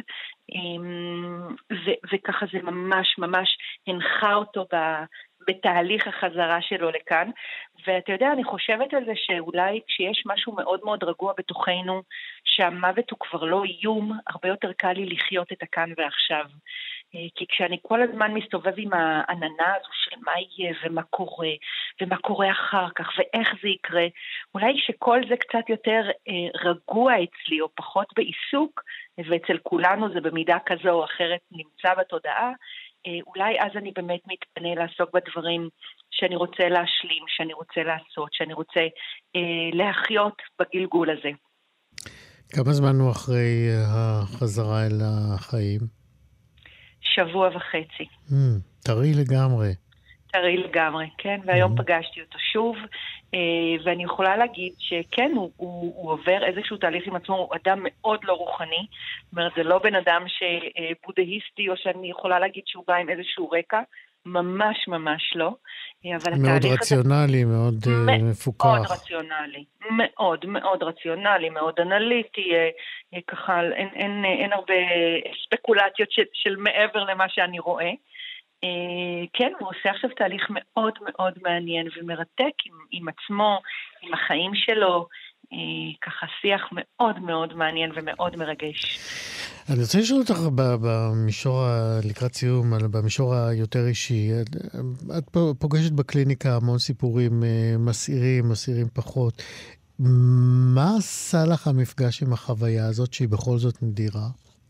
וככה זה ממש ממש הנחה אותו בתהליך החזרה שלו לכאן. ואתה יודע, אני חושבת על זה שאולי כשיש משהו מאוד מאוד רגוע בתוכנו, שהמוות הוא כבר לא איום, הרבה יותר קל לי לחיות את הכאן ועכשיו. כי כשאני כל הזמן מסתובב עם העננה הזו של מה יהיה ומה קורה אחר כך ואיך זה יקרה, אולי שכל זה קצת יותר רגוע אצלי או פחות בעיסוק, ואצל כולנו זה במידה כזו או אחרת נמצא בתודעה, אולי אז אני באמת מתפנה לעסוק בדברים שאני רוצה להשלים, שאני רוצה לעשות, שאני רוצה להחיות בגלגול הזה. כמה זמן הוא אחרי החזרה אל החיים? 1.5 שבוע. טרי לגמרי. טרי לגמרי, כן, והיום פגשתי אותו שוב, ואני יכולה להגיד שכן, הוא עובר איזשהו תהליך עם עצמו, הוא אדם מאוד לא רוחני, זאת אומרת, זה לא בן אדם שבודהיסטי, או שאני יכולה להגיד שהוא בא עם איזשהו רקע, ממש ממש לא. מאוד רציונלי, מאוד מפוקח. מאוד רציונלי, מאוד מאוד רציונלי, מאוד אנליטי, ככה אין הרבה ספקולציות של מעבר למה שאני רואה. כן, הוא עושה עכשיו תהליך מאוד מאוד מעניין ומרתק עם עצמו, עם החיים שלו, ככה שיח מאוד מאוד מעניין ומאוד מרגש. אני רוצה לשאול אותך במישור, לקראת סיום, במישור היותר אישי, את פוגשת בקליניקה המון סיפורים מסעירים פחות. מה עשה לך המפגש עם החוויה הזאת שהיא בכל זאת נדירה?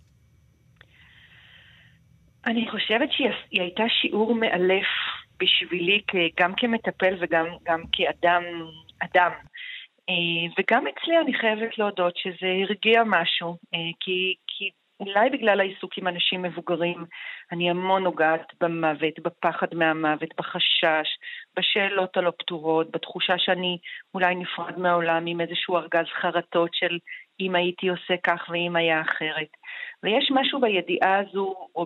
אני חושבת שהיא הייתה שיעור מאלף בשבילי, גם כמטפל וגם כאדם. וגם אצלי אני חייבת להודות שזה הרגיע משהו, כי אולי בגלל העיסוק עם אנשים מבוגרים, אני המון נוגעת במוות, בפחד מהמוות, בחשש, בשאלות הלא פתורות, בתחושה שאני אולי נפרד מהעולם עם איזשהו ארגז חרטות של אם הייתי עושה כך ואם היה אחרת. ויש משהו בידיעה הזו, או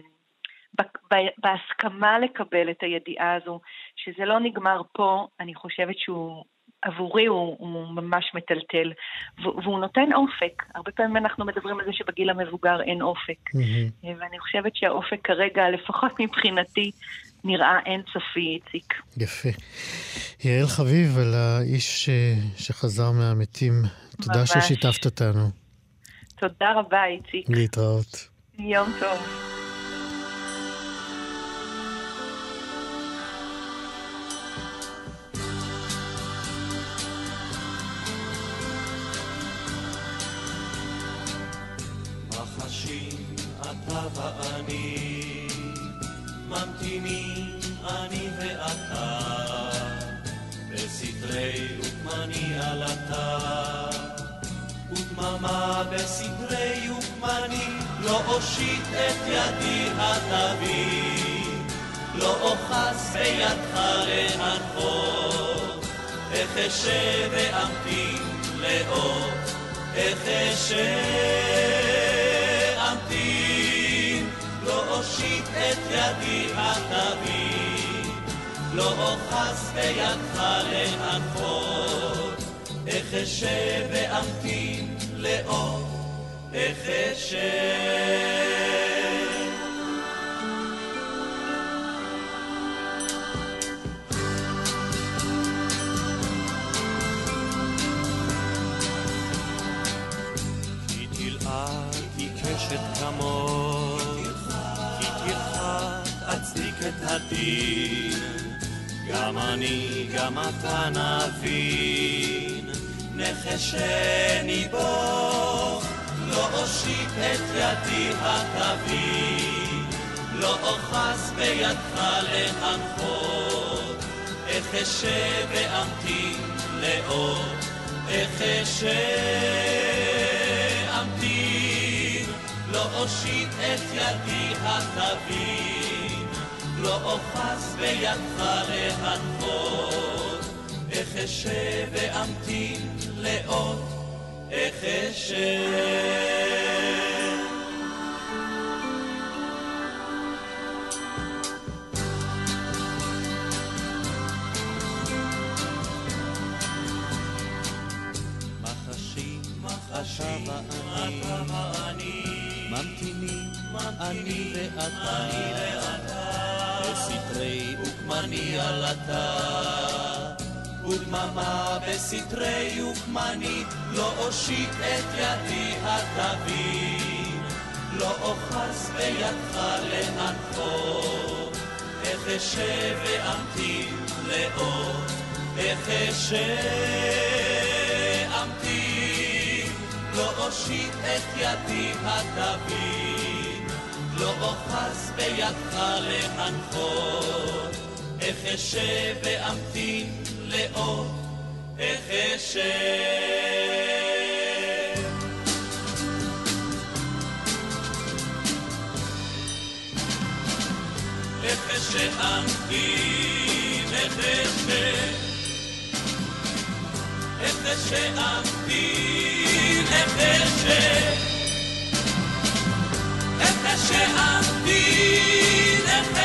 בהסכמה לקבל את הידיעה הזו, שזה לא נגמר פה, אני חושבת שהוא עבורי הוא ממש מטלטל, והוא נותן אופק. הרבה פעמים אנחנו מדברים על זה שבגיל המבוגר אין אופק. ואני חושבת שהאופק כרגע, לפחות מבחינתי, נראה אינסופי, איציק. יפה. יעל חביב, על האיש שחזר מהמתים, תודה ששיתפת אותנו. תודה רבה, איציק. להתראות. יום טוב. ואני ממתינים אני ואתה בסתרי וקמני עלתה ודממה בסתרי וקמני לא אושיט את ידי התביא לא אוחז בידך להנחות אחשה ואמתין לאות, איך אמתין, לא אושיט את ידי התבין, לא אוחז בידך להנחות, איך ואמתין לאות, איך כמות, כי תרחק אצדיק את הדין, גם אני גם אתה נבין, נחשני בו, לא אושיט את ידי התבין, לא אוחז בידך להנחות, איך ואמתין לאות, איך אמתין, לא אושיט את ידי התבין, לא אוחז בידך להנחות, איך ואמתין לאות, איך מחשים אתה ואני, ממתינים אני ואתה, בסתרי וקמני עלתה, ודממה בסתרי וקמני, לא אושיט את ידי התבין, לא אוחז בידך להנחות, איך ואמתין לאות, איך אמתין, לא אושיט את ידי התבין, לא אוחז בידך להנחות, איך ואמתין לאות, איך אמתין, איך אמתין, איך אמתין,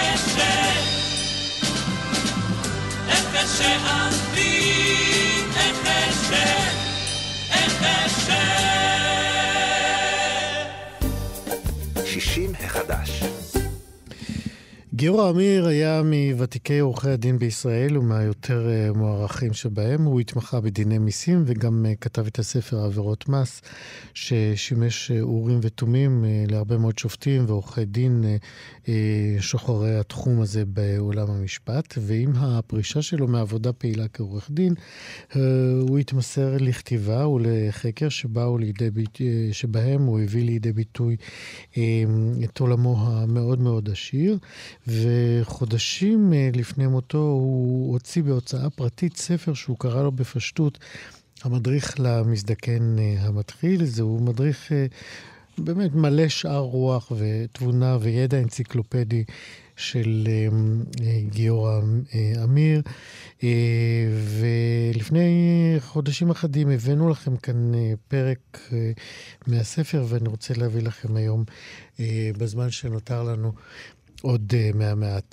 שישים החדש. גיורא עמיר היה מוותיקי עורכי הדין בישראל ומהיותר מוערכים שבהם. הוא התמחה בדיני מיסים וגם כתב את הספר עבירות מס, ששימש אורים ותומים להרבה מאוד שופטים ועורכי דין שוחרי התחום הזה בעולם המשפט. ועם הפרישה שלו מעבודה פעילה כעורך דין, הוא התמסר לכתיבה ולחקר שבהם הוא הביא לידי ביטוי את עולמו המאוד מאוד עשיר. וחודשים לפני מותו הוא הוציא בהוצאה פרטית ספר שהוא קרא לו בפשטות המדריך למזדקן המתחיל. זהו מדריך באמת מלא שאר רוח ותבונה וידע אנציקלופדי של גיורא עמיר. ולפני חודשים אחדים הבאנו לכם כאן פרק מהספר, ואני רוצה להביא לכם היום בזמן שנותר לנו עוד מהמעט.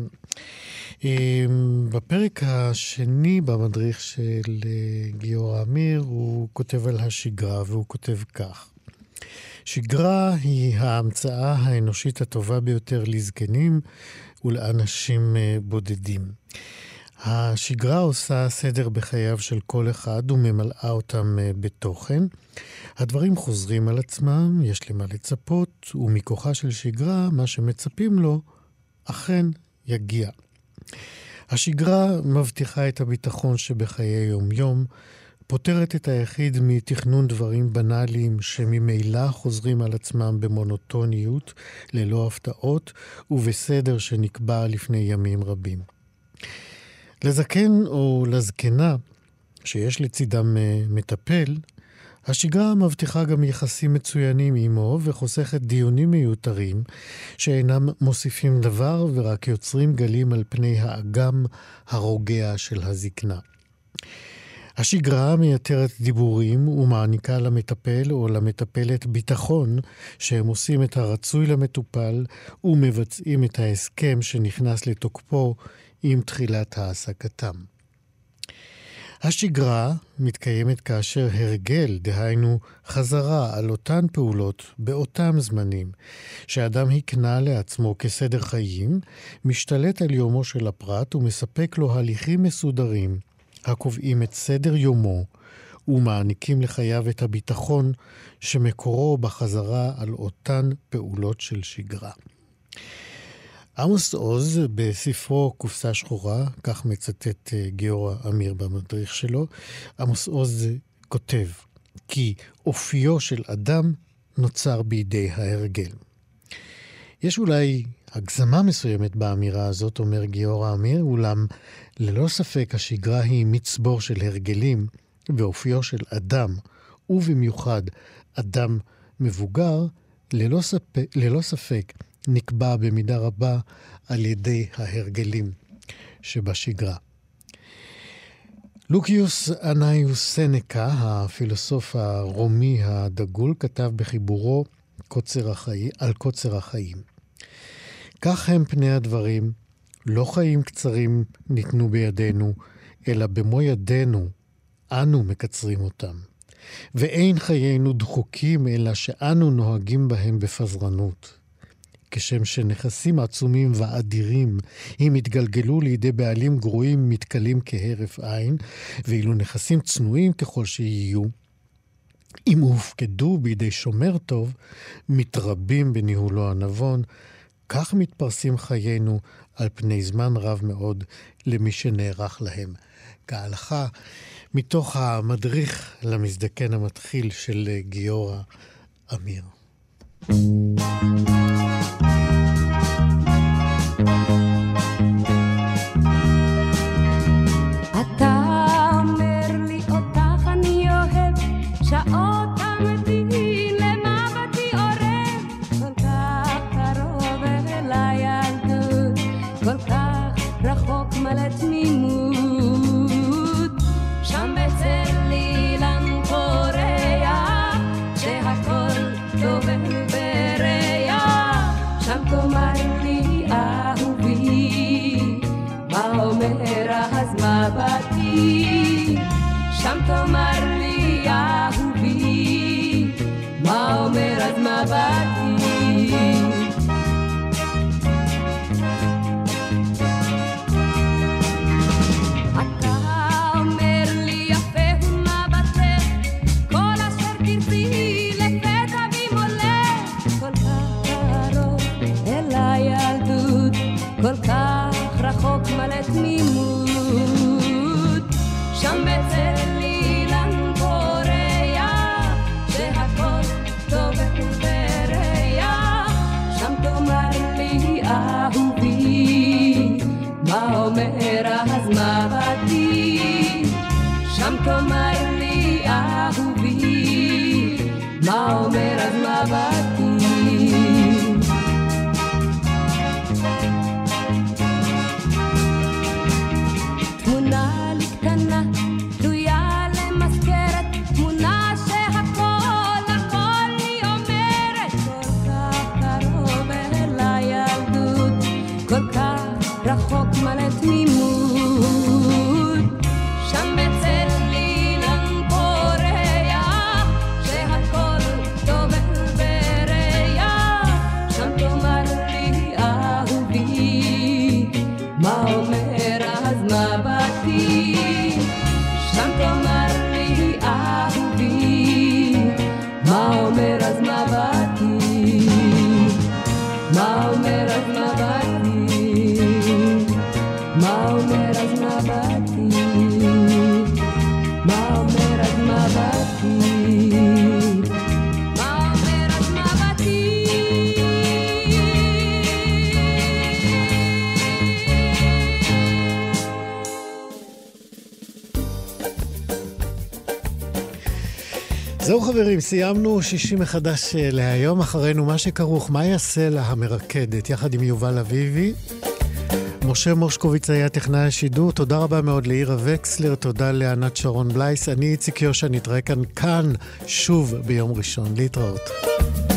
בפרק השני במדריך של גיורא עמיר הוא כותב על השגרה, והוא כותב כך: שגרה היא ההמצאה האנושית הטובה ביותר לזקנים ולאנשים בודדים. השגרה עושה סדר בחייו של כל אחד וממלאה אותם בתוכן. הדברים חוזרים על עצמם, יש למה לצפות, ומכוחה של שגרה, מה שמצפים לו, אכן יגיע. השגרה מבטיחה את הביטחון שבחיי יום-יום, פותרת את היחיד מתכנון דברים בנאליים שממילא חוזרים על עצמם במונוטוניות, ללא הפתעות, ובסדר שנקבע לפני ימים רבים. לזקן או לזקנה, שיש לצידם מטפל, השגרה מבטיחה גם יחסים מצוינים עמו וחוסכת דיונים מיותרים שאינם מוסיפים דבר ורק יוצרים גלים על פני האגם הרוגע של הזקנה. השגרה מייתרת דיבורים ומעניקה למטפל או למטפלת ביטחון שהם עושים את הרצוי למטופל ומבצעים את ההסכם שנכנס לתוקפו עם תחילת העסקתם. השגרה מתקיימת כאשר הרגל, דהיינו חזרה על אותן פעולות באותם זמנים, שאדם הקנה לעצמו כסדר חיים, משתלט על יומו של הפרט ומספק לו הליכים מסודרים, הקובעים את סדר יומו ומעניקים לחייו את הביטחון שמקורו בחזרה על אותן פעולות של שגרה. עמוס עוז בספרו קופסה שחורה, כך מצטט גיורא אמיר במדריך שלו, עמוס עוז כותב כי אופיו של אדם נוצר בידי ההרגל. יש אולי הגזמה מסוימת באמירה הזאת, אומר גיורא אמיר, אולם ללא ספק השגרה היא מצבור של הרגלים, ואופיו של אדם, ובמיוחד אדם מבוגר, ללא ספק נקבע במידה רבה על ידי ההרגלים שבשגרה. לוקיוס אנאיוס סנקה, הפילוסוף הרומי הדגול, כתב בחיבורו על קוצר החיים. כך הם פני הדברים, לא חיים קצרים ניתנו בידינו, אלא במו ידינו אנו מקצרים אותם. ואין חיינו דחוקים, אלא שאנו נוהגים בהם בפזרנות. כשם שנכסים עצומים ואדירים, אם יתגלגלו לידי בעלים גרועים מתקלים כהרף עין, ואילו נכסים צנועים ככל שיהיו, אם הופקדו בידי שומר טוב, מתרבים בניהולו הנבון, כך מתפרסים חיינו על פני זמן רב מאוד למי שנערך להם. כהלכה, מתוך המדריך למזדקן המתחיל של גיורא אמיר. אתה אומר לי אותך אני אוהב, שעות עמדי למבטי עורב, כל כך קרוב אל הילדות, כל כך רחוק מלא תמימות, שם בצל אילן פורח, שהכל טובל בריח, שם תאמר לי אהובי, מה אומר אז מבטי, שם תאמר לי אהובי, מה אומר אז מבטי. כל כך רחוק מלא תמימות, שם בצל אילן פורח, שהכל טוב ובריח, שם תאמר לי אהובי, מה אומר אז מבטי, שם תאמר לי אהובי, מה אומר אז מבטי. רחוק מלא תמימות, שם בצל אילן פורח, שהכל טובל בריח, שם תאמר לי אהובי, מה אומר אז מבטי, שם תאמר לי אהובי, מה אומר אז מבטי, מה אומר אז מבטי, מה אומר אז מבטי, מה אומר אז מבטי, מה אומר אז מבטי. זהו חברים, סיימנו 60 מחדש להיום. אחרינו מה שכרוך, מה יעשה לה המרקדת, יחד עם יובל אביבי. משה מושקוביץ היה טכנאי השידור. תודה רבה מאוד לאירה וקסלר, תודה לענת שרון בלייס. אני איציק יושע, נתראה כאן שוב ביום ראשון. להתראות.